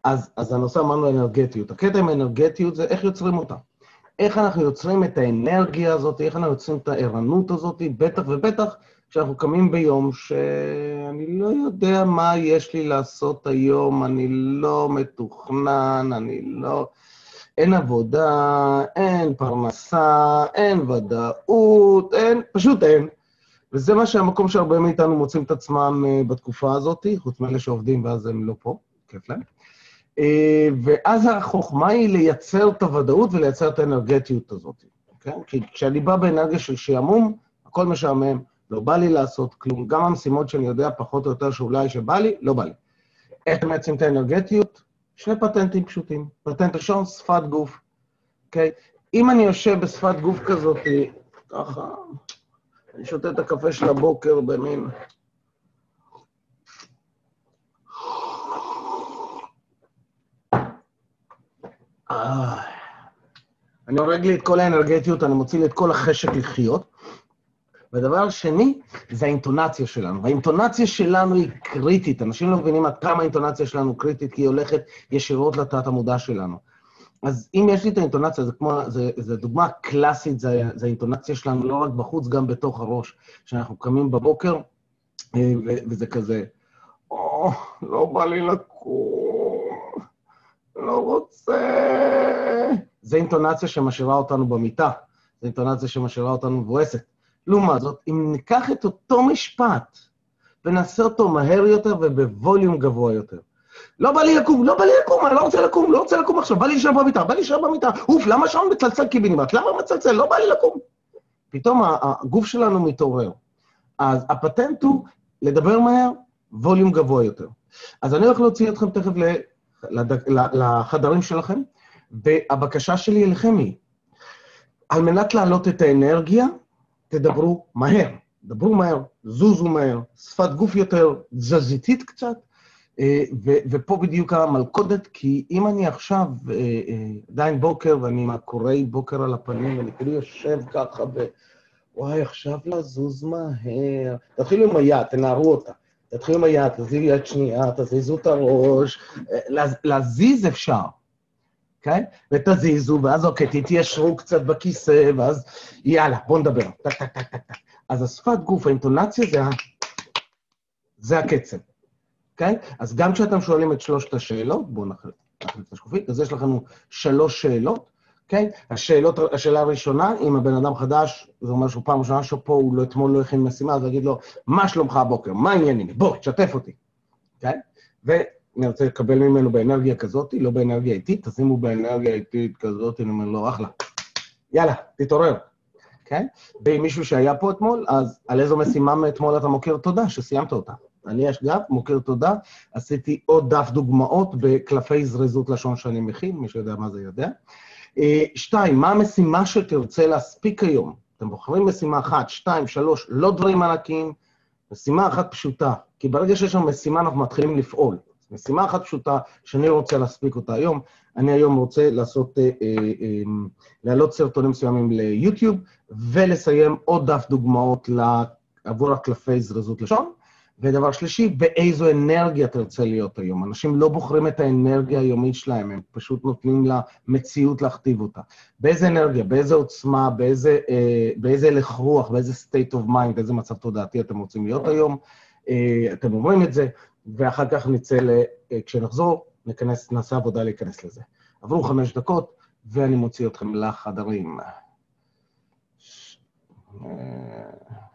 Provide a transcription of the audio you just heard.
אז הנושא אמרנו אנרגטיות. הקטע עם אנרגטיות זה איך יוצרים אותה. איך אנחנו יוצרים את האנרגיה הזאת, איך אנחנו יוצרים את הערנות הזאת, בטח ובטח כשאנחנו קמים ביום שאני לא יודע מה יש לי לעשות היום, אני לא מתוכנן, אין עבודה, אין פרנסה, אין ודאות, פשוט אין. וזה מה שהמקום שהרבה מאיתנו מוצאים את עצמם בתקופה הזאת, חוץ מאלה שעובדים ואז הם לא פה, כיף להם. ואז החוכמה היא לייצר את הוודאות ולייצר את האנרגטיות הזאת. Okay? כי כשאני בא באנרגיה של שעמום, הכל משעמם, לא בא לי לעשות כלום. גם המשימות שאני יודע פחות או יותר שאולי שבא לי, לא בא לי. איך מייצרים את האנרגטיות? שני פטנטים פשוטים. פטנט ראשון, שפת גוף. Okay? אם אני יושב בשפת גוף כזאת, ככה, אני שותה את הקפה של הבוקר במין... אני הורג לי את כל האנרגטיות, אני מוציא לי את כל החשק לחיות. והדבר השני, זה האינטונציה שלנו. והאינטונציה שלנו היא קריטית. אנשים לא מבינים עד כמה האינטונציה שלנו קריטית, כי היא הולכת ישירות לתת המודע שלנו. אז אם יש לי את האינטונציה, זה דוגמה קלאסית, זה האינטונציה שלנו לא רק בחוץ, גם בתוך הראש. כשאנחנו קמים בבוקר, וזה כזה, לא בא לי לקום, לא רוצה. זה אינטונציה שמשאירה אותנו במיטה, זה אינטונציה שמשאירה אותנו מבואסת. לעומת זאת, אם ניקח את אותו משפט, ונעשה אותו מהר יותר ובווליום גבוה יותר. לא בא לי לקום, אני לא רוצה לקום עכשיו, בא לי להישאר במיטה, אוף, למה שעון מצלצל קיבינימט? למה מצלצל? לא בא לי לקום. פתאום הגוף שלנו מתעורר. אז הפטנט הוא לדבר מהר, ווליום גבוה יותר. אז אני הולך להוציא אתכם תכף לחדרים שלכם, והבקשה שלי אליכם היא, על מנת להעלות את האנרגיה, תדברו מהר. דברו מהר, זוזו מהר, שפת גוף יותר תזזיתית קצת, ופה בדיוק המלכודת, כי אם אני עכשיו עדיין בוקר, ואני עם הקוראי בוקר על הפנים, ואני כאילו יושב ככה, וואי, עכשיו לזוז מהר. תתחילו עם היד, תנערו אותה. תתחילו עם היד, תזיזו יד שנייה, תזיזו את הראש. להזיז אפשר, אוקיי? ותזיזו, ואז אוקיי, תתיישרו קצת בכיסא, ואז יאללה, בואו נדבר. טק, טק, טק, טק. אז השפת גוף, האינטונציה זה הקצב. אוקיי? אז גם כשאתם שואלים את שלושת השאלות, בואו נחליט את השקופית, אז יש לכם 3 שאלות, אוקיי? השאלה הראשונה, אם הבן אדם חדש, זה אומר שהוא פעם ראשונה שפה, הוא אתמול לא הכין משימה, אז להגיד לו, מה שלומך הבוקר? מה העניינים? בוא, תשתף אותי. אוקיי? ואני רוצה לקבל ממנו באנרגיה כזאת, לא באנרגיה איטית, תשימו באנרגיה איטית כזאת, אני אומר לו, אחלה. יאללה, תתעורר. אוקיי? ואם מישהו שהיה פה אתמול, אז על איזו משימה מאתמול אתה מוקיר תודה, שסיימת אותה. אני אגב, מוקיר תודה, עשיתי עוד דף דוגמאות בקלפי זריזות לשון שאני מכין, מי שיודע מה זה יודע. 2, מה המשימה שתרצה להספיק היום? אתם בוחרים משימה 1, 2, 3, לא דברים ענקיים, משימה אחת פשוטה, כי ברגע שיש לנו משימה אנחנו מתחילים לפעול. משימה אחת פשוטה שאני רוצה להספיק אותה היום, אני היום רוצה להעלות סרטונים מסוימים ליוטיוב, ולסיים עוד דף דוגמאות עבור הקלפי זריזות לשון, ודבר שלישי, באיזו אנרגיה תרצה להיות היום. אנשים לא בוחרים את האנרגיה היומית שלהם, הם פשוט נותנים לה מציאות להכתיב אותה. באיזה אנרגיה, באיזה עוצמה, באיזה הלך רוח, באיזה state of mind, באיזה מצב תודעתי אתם רוצים להיות היום, אתם אומרים את זה, ואחר כך כשנחזור, נעשה עבודה להיכנס לזה. עברו 5 דקות, ואני מוציא אתכם לחדרים.